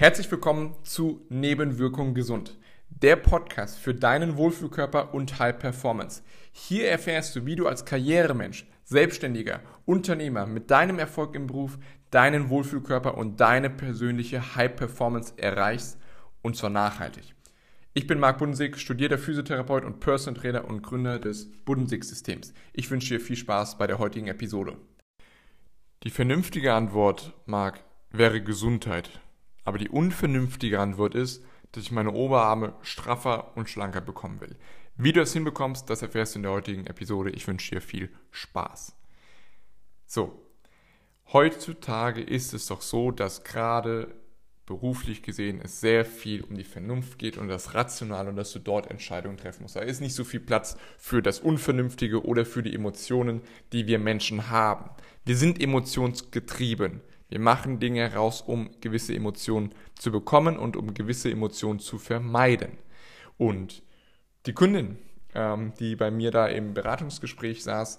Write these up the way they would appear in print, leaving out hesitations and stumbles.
Herzlich willkommen zu Nebenwirkungen gesund, der Podcast für deinen Wohlfühlkörper und High Performance. Hier erfährst du, wie du als Karrieremensch, Selbstständiger, Unternehmer mit deinem Erfolg im Beruf deinen Wohlfühlkörper und deine persönliche High Performance erreichst, und zwar nachhaltig. Ich bin Marc Budensig, studierter Physiotherapeut und Personal Trainer und Gründer des Budensig-Systems. Ich wünsche dir viel Spaß bei der heutigen Episode. Die vernünftige Antwort, Marc, wäre Gesundheit. Aber die unvernünftige Antwort ist, dass ich meine Oberarme straffer und schlanker bekommen will. Wie du das hinbekommst, das erfährst du in der heutigen Episode. Ich wünsche dir viel Spaß. So, heutzutage ist es doch so, dass gerade beruflich gesehen es sehr viel um die Vernunft geht und das Rationale und dass du dort Entscheidungen treffen musst. Da ist nicht so viel Platz für das Unvernünftige oder für die Emotionen, die wir Menschen haben. Wir sind emotionsgetrieben. Wir machen Dinge heraus, um gewisse Emotionen zu bekommen und um gewisse Emotionen zu vermeiden. Und die Kundin, die bei mir da im Beratungsgespräch saß,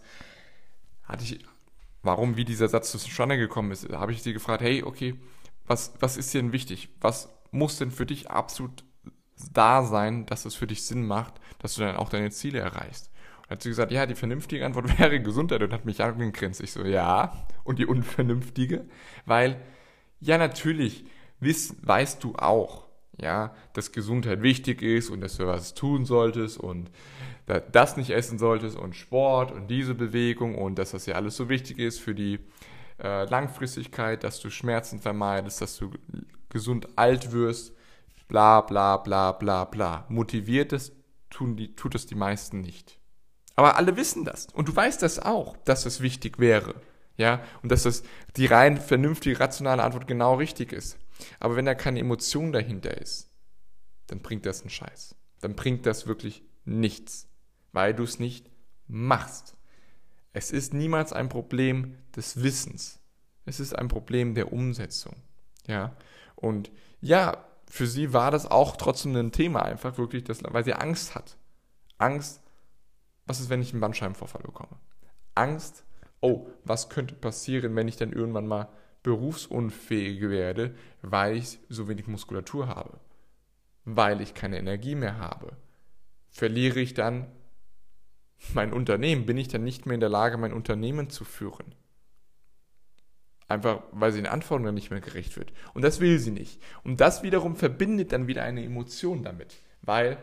wie dieser Satz zustande gekommen ist, habe ich sie gefragt, hey, okay, was ist dir denn wichtig? Was muss denn für dich absolut da sein, dass es für dich Sinn macht, dass du dann auch deine Ziele erreichst? Und hat sie gesagt, ja, die vernünftige Antwort wäre Gesundheit, und hat mich angegrinst. Ich so, ja, und die unvernünftige? Weil, ja, natürlich weißt du auch, ja, dass Gesundheit wichtig ist und dass du was tun solltest und das nicht essen solltest und Sport und diese Bewegung und dass das ja alles so wichtig ist für die Langfristigkeit, dass du Schmerzen vermeidest, dass du gesund alt wirst, bla bla bla bla bla. Motiviert es tut es die meisten nicht. Aber alle wissen das. Und du weißt das auch, dass es wichtig wäre. Ja, und dass das die rein vernünftige, rationale Antwort genau richtig ist. Aber wenn da keine Emotion dahinter ist, dann bringt das einen Scheiß. Dann bringt das wirklich nichts. Weil du es nicht machst. Es ist niemals ein Problem des Wissens. Es ist ein Problem der Umsetzung. Ja, und ja, für sie war das auch trotzdem ein Thema, einfach wirklich, weil sie Angst hat. Angst, was ist, wenn ich einen Bandscheibenvorfall bekomme? Angst, oh, was könnte passieren, wenn ich dann irgendwann mal berufsunfähig werde, weil ich so wenig Muskulatur habe, weil ich keine Energie mehr habe. Verliere ich dann mein Unternehmen? Bin ich dann nicht mehr in der Lage, mein Unternehmen zu führen? Einfach, weil sie den Anforderungen nicht mehr gerecht wird. Und das will sie nicht. Und das wiederum verbindet dann wieder eine Emotion damit, weil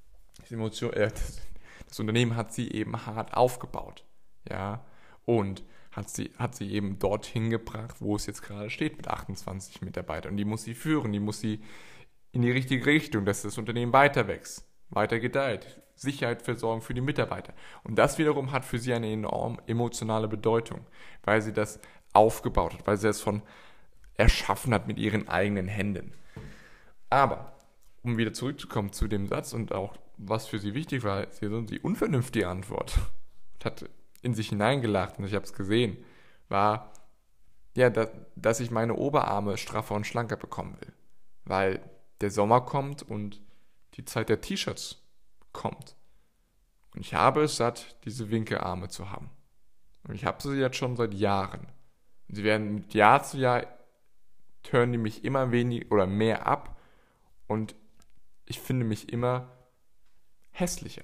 das Unternehmen hat sie eben hart aufgebaut, ja, und hat sie eben dorthin gebracht, wo es jetzt gerade steht mit 28 Mitarbeitern. Und die muss sie führen, die muss sie in die richtige Richtung, dass das Unternehmen weiter wächst, weiter gedeiht, Sicherheit versorgen für die Mitarbeiter. Und das wiederum hat für sie eine enorm emotionale Bedeutung, weil sie das aufgebaut hat, weil sie das erschaffen hat mit ihren eigenen Händen. Aber, um wieder zurückzukommen zu dem Satz und auch, was für sie wichtig war, sie hat die unvernünftige Antwort und hat in sich hineingelacht, und ich habe es gesehen, war, ja, dass ich meine Oberarme straffer und schlanker bekommen will. Weil der Sommer kommt und die Zeit der T-Shirts kommt. Und ich habe es satt, diese Winkelarme zu haben. Und ich habe sie jetzt schon seit Jahren. Und sie werden mit Jahr zu Jahr, turnen die mich immer weniger oder mehr ab, und ich finde mich immer hässlicher.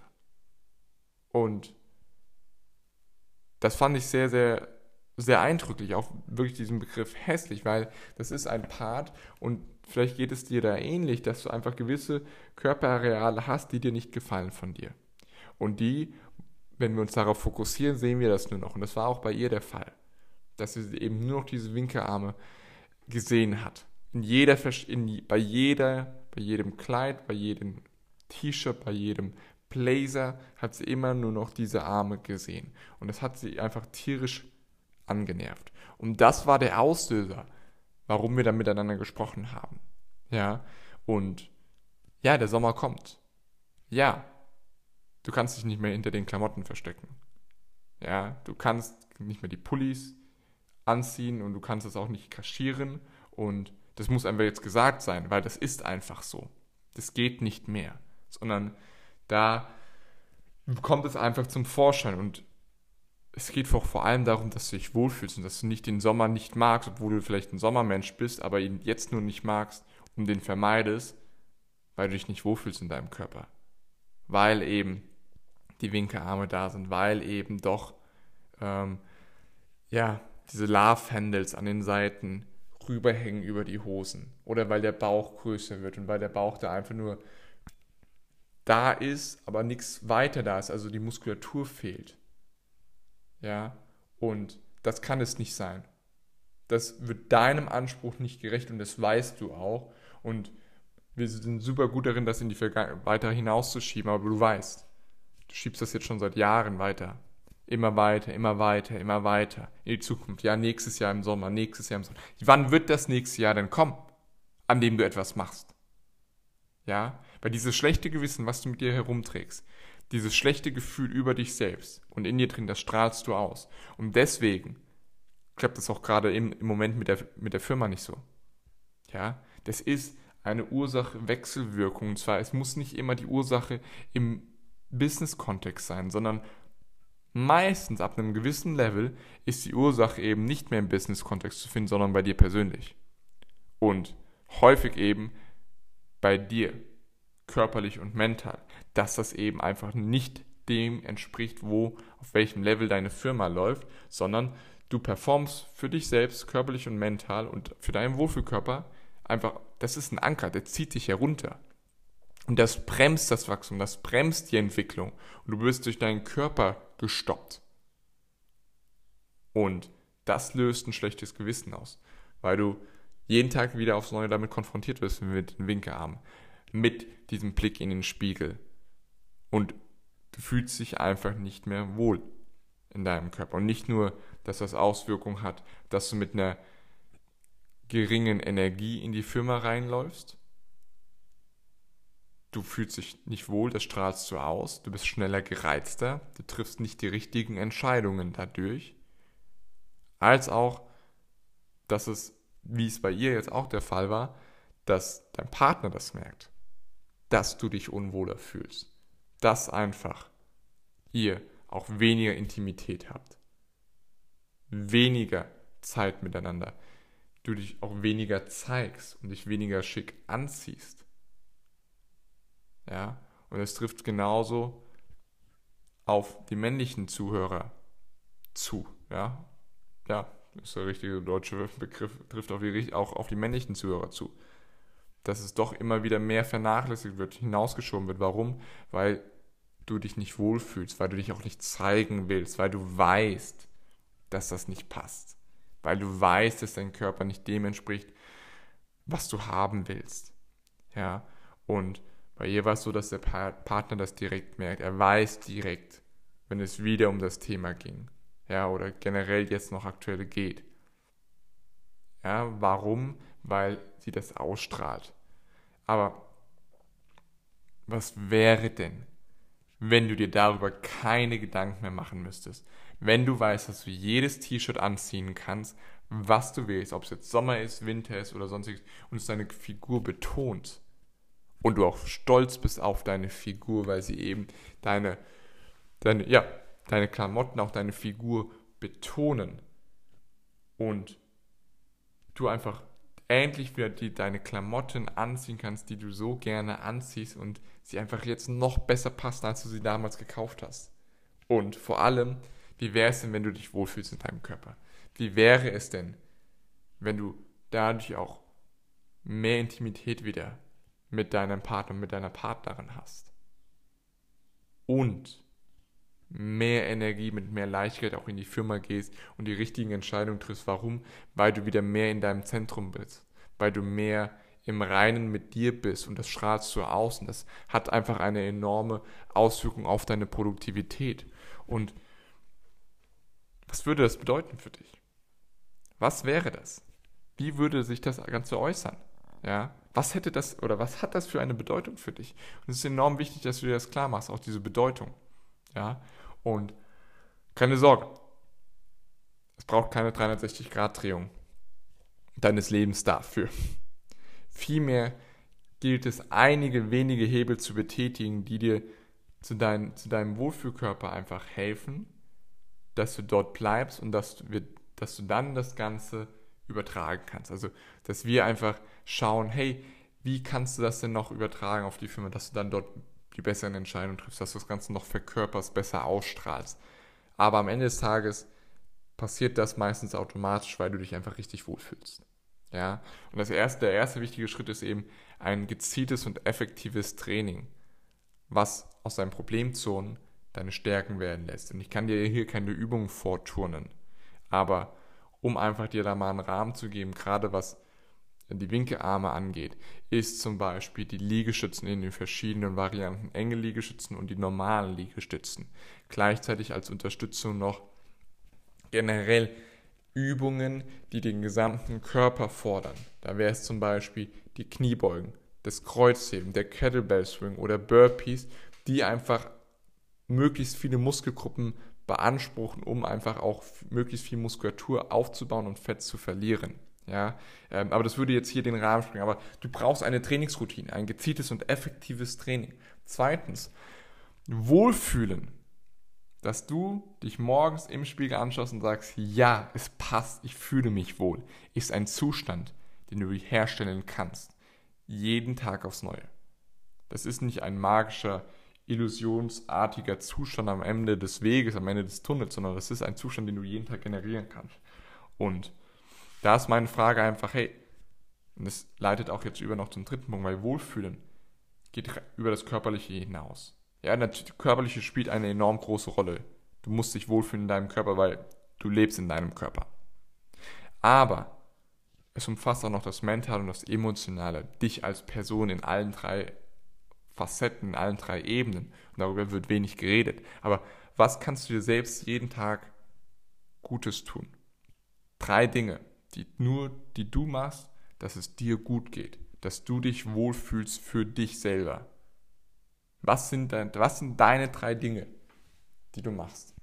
Und das fand ich sehr, sehr, sehr eindrücklich, auch wirklich diesen Begriff hässlich, weil das ist ein Part, und vielleicht geht es dir da ähnlich, dass du einfach gewisse Körperareale hast, die dir nicht gefallen von dir. Und die, wenn wir uns darauf fokussieren, sehen wir das nur noch. Und das war auch bei ihr der Fall, dass sie eben nur noch diese Winkelarme gesehen hat. Bei jedem Kleid, bei jedem T-Shirt, bei jedem Blazer hat sie immer nur noch diese Arme gesehen. Und das hat sie einfach tierisch angenervt. Und das war der Auslöser, warum wir dann miteinander gesprochen haben. Ja, und ja, der Sommer kommt. Ja, du kannst dich nicht mehr hinter den Klamotten verstecken. Ja, du kannst nicht mehr die Pullis anziehen und du kannst es auch nicht kaschieren, und das muss einfach jetzt gesagt sein, weil das ist einfach so. Das geht nicht mehr, sondern da kommt es einfach zum Vorschein, und es geht vor allem darum, dass du dich wohlfühlst und dass du nicht den Sommer nicht magst, obwohl du vielleicht ein Sommermensch bist, aber ihn jetzt nur nicht magst, und den vermeidest, weil du dich nicht wohlfühlst in deinem Körper. Weil eben die Winkelarme da sind, weil eben doch diese Love-Handles an den Seiten rüberhängen über die Hosen. Oder weil der Bauch größer wird und weil der Bauch da einfach nur da ist, aber nichts weiter da ist, also die Muskulatur fehlt. Ja, und das kann es nicht sein. Das wird deinem Anspruch nicht gerecht und das weißt du auch. Und wir sind super gut darin, das in die Vergangenheit weiter hinauszuschieben, aber du weißt, du schiebst das jetzt schon seit Jahren weiter. Immer weiter, immer weiter, immer weiter in die Zukunft. Ja, nächstes Jahr im Sommer, nächstes Jahr im Sommer. Wann wird das nächste Jahr denn kommen, an dem du etwas machst? Ja, weil dieses schlechte Gewissen, was du mit dir herumträgst, dieses schlechte Gefühl über dich selbst und in dir drin, das strahlst du aus. Und deswegen klappt das auch gerade im Moment mit der Firma nicht so. Ja, das ist eine Ursache-Wechselwirkung. Und zwar, es muss nicht immer die Ursache im Business-Kontext sein, sondern meistens ab einem gewissen Level ist die Ursache eben nicht mehr im Business-Kontext zu finden, sondern bei dir persönlich. Und häufig eben bei dir, körperlich und mental, dass das eben einfach nicht dem entspricht, auf welchem Level deine Firma läuft, sondern du performst für dich selbst, körperlich und mental und für deinen Wohlfühlkörper einfach, das ist ein Anker, der zieht dich herunter. Und das bremst das Wachstum, das bremst die Entwicklung. Und du wirst durch deinen Körper gestoppt. Und das löst ein schlechtes Gewissen aus, weil du jeden Tag wieder aufs Neue damit konfrontiert wirst mit den Winkelarmen, mit diesem Blick in den Spiegel. Und du fühlst dich einfach nicht mehr wohl in deinem Körper. Und nicht nur, dass das Auswirkungen hat, dass du mit einer geringen Energie in die Firma reinläufst. Du fühlst dich nicht wohl, das strahlst du aus. Du bist schneller gereizter. Du triffst nicht die richtigen Entscheidungen dadurch. Als auch, dass es, wie es bei ihr jetzt auch der Fall war, dass dein Partner das merkt. Dass du dich unwohler fühlst. Dass einfach ihr auch weniger Intimität habt. Weniger Zeit miteinander. Du dich auch weniger zeigst und dich weniger schick anziehst. Ja, und es trifft genauso auf die männlichen Zuhörer zu. Ja, ist der richtige deutsche Begriff, trifft auch auf die männlichen Zuhörer zu. Dass es doch immer wieder mehr vernachlässigt wird, hinausgeschoben wird. Warum? Weil du dich nicht wohlfühlst, weil du dich auch nicht zeigen willst, weil du weißt, dass das nicht passt. Weil du weißt, dass dein Körper nicht dem entspricht, was du haben willst. Ja, und bei ihr war es so, dass der Partner das direkt merkt. Er weiß direkt, wenn es wieder um das Thema ging. Ja, oder generell jetzt noch aktuell geht. Ja, warum? Weil sie das ausstrahlt. Aber was wäre denn, wenn du dir darüber keine Gedanken mehr machen müsstest? Wenn du weißt, dass du jedes T-Shirt anziehen kannst, was du willst, ob es jetzt Sommer ist, Winter ist oder sonstiges, und es deine Figur betont. Und du auch stolz bist auf deine Figur, weil sie eben deine Klamotten, auch deine Figur betonen. Und du einfach endlich wieder deine Klamotten anziehen kannst, die du so gerne anziehst und sie einfach jetzt noch besser passen, als du sie damals gekauft hast. Und vor allem, wie wäre es denn, wenn du dich wohlfühlst in deinem Körper? Wie wäre es denn, wenn du dadurch auch mehr Intimität wieder mit deinem Partner, mit deiner Partnerin hast? Und mehr Energie, mit mehr Leichtigkeit auch in die Firma gehst und die richtigen Entscheidungen triffst. Warum? Weil du wieder mehr in deinem Zentrum bist. Weil du mehr im Reinen mit dir bist und das strahlst du aus und das hat einfach eine enorme Auswirkung auf deine Produktivität. Und was würde das bedeuten für dich? Was wäre das? Wie würde sich das Ganze äußern? Ja? Was hat das für eine Bedeutung für dich? Und es ist enorm wichtig, dass du dir das klar machst, auch diese Bedeutung. Ja? Und keine Sorge, es braucht keine 360-Grad-Drehung deines Lebens dafür. Vielmehr gilt es, einige wenige Hebel zu betätigen, die dir zu deinem Wohlfühlkörper einfach helfen, dass du dort bleibst und dass du dann das Ganze übertragen kannst. Also, dass wir einfach schauen, hey, wie kannst du das denn noch übertragen auf die Firma, dass du dann dort die besseren Entscheidungen triffst, dass du das Ganze noch verkörperst, besser ausstrahlst. Aber am Ende des Tages passiert das meistens automatisch, weil du dich einfach richtig wohlfühlst. Ja? Und der erste wichtige Schritt ist eben ein gezieltes und effektives Training, was aus deinen Problemzonen deine Stärken werden lässt. Und ich kann dir hier keine Übungen vorturnen, aber um einfach dir da mal einen Rahmen zu geben, gerade was die Winkelarme angeht, ist zum Beispiel die Liegestützen in den verschiedenen Varianten, enge Liegestützen und die normalen Liegestützen. Gleichzeitig als Unterstützung noch generell Übungen, die den gesamten Körper fordern. Da wäre es zum Beispiel die Kniebeugen, das Kreuzheben, der Kettlebell Swing oder Burpees, die einfach möglichst viele Muskelgruppen beanspruchen, um einfach auch möglichst viel Muskulatur aufzubauen und Fett zu verlieren. Ja, aber das würde jetzt hier den Rahmen sprengen. Aber du brauchst eine Trainingsroutine, ein gezieltes und effektives Training. Zweitens, Wohlfühlen. Dass du dich morgens im Spiegel anschaust und sagst, ja, es passt, ich fühle mich wohl, ist ein Zustand, den du herstellen kannst. Jeden Tag aufs Neue. Das ist nicht ein magischer, illusionsartiger Zustand am Ende des Weges, am Ende des Tunnels, sondern das ist ein Zustand, den du jeden Tag generieren kannst. Und da ist meine Frage einfach, hey, und das leitet auch jetzt über noch zum dritten Punkt, weil Wohlfühlen geht über das Körperliche hinaus. Ja, natürlich, Körperliche spielt eine enorm große Rolle. Du musst dich wohlfühlen in deinem Körper, weil du lebst in deinem Körper. Aber es umfasst auch noch das Mentale und das Emotionale, dich als Person in allen 3 Facetten, in allen 3 Ebenen. Und darüber wird wenig geredet. Aber was kannst du dir selbst jeden Tag Gutes tun? 3 Dinge, die du machst, dass es dir gut geht, dass du dich wohlfühlst für dich selber. Was sind deine 3 Dinge, die du machst?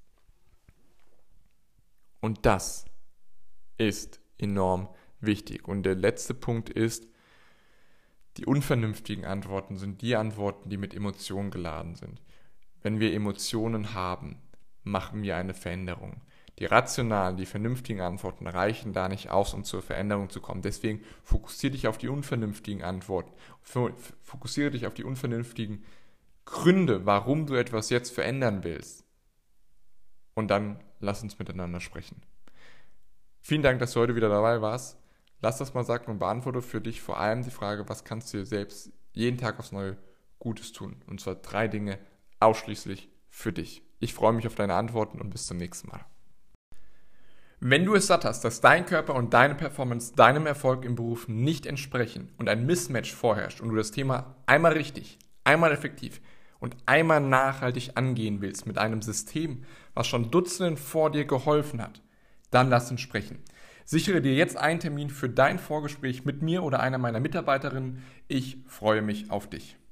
Und das ist enorm wichtig. Und der letzte Punkt ist, die unvernünftigen Antworten sind die Antworten, die mit Emotionen geladen sind. Wenn wir Emotionen haben, machen wir eine Veränderung. Die rationalen, die vernünftigen Antworten reichen da nicht aus, um zur Veränderung zu kommen. Deswegen fokussiere dich auf die unvernünftigen Antworten. Fokussiere dich auf die unvernünftigen Gründe, warum du etwas jetzt verändern willst. Und dann lass uns miteinander sprechen. Vielen Dank, dass du heute wieder dabei warst. Lass das mal sacken und beantworte für dich vor allem die Frage, was kannst du dir selbst jeden Tag aufs Neue Gutes tun? Und zwar 3 Dinge ausschließlich für dich. Ich freue mich auf deine Antworten und bis zum nächsten Mal. Wenn du es satt hast, dass dein Körper und deine Performance deinem Erfolg im Beruf nicht entsprechen und ein Mismatch vorherrscht und du das Thema einmal richtig, einmal effektiv und einmal nachhaltig angehen willst mit einem System, was schon Dutzenden vor dir geholfen hat, dann lass uns sprechen. Sichere dir jetzt einen Termin für dein Vorgespräch mit mir oder einer meiner Mitarbeiterinnen. Ich freue mich auf dich.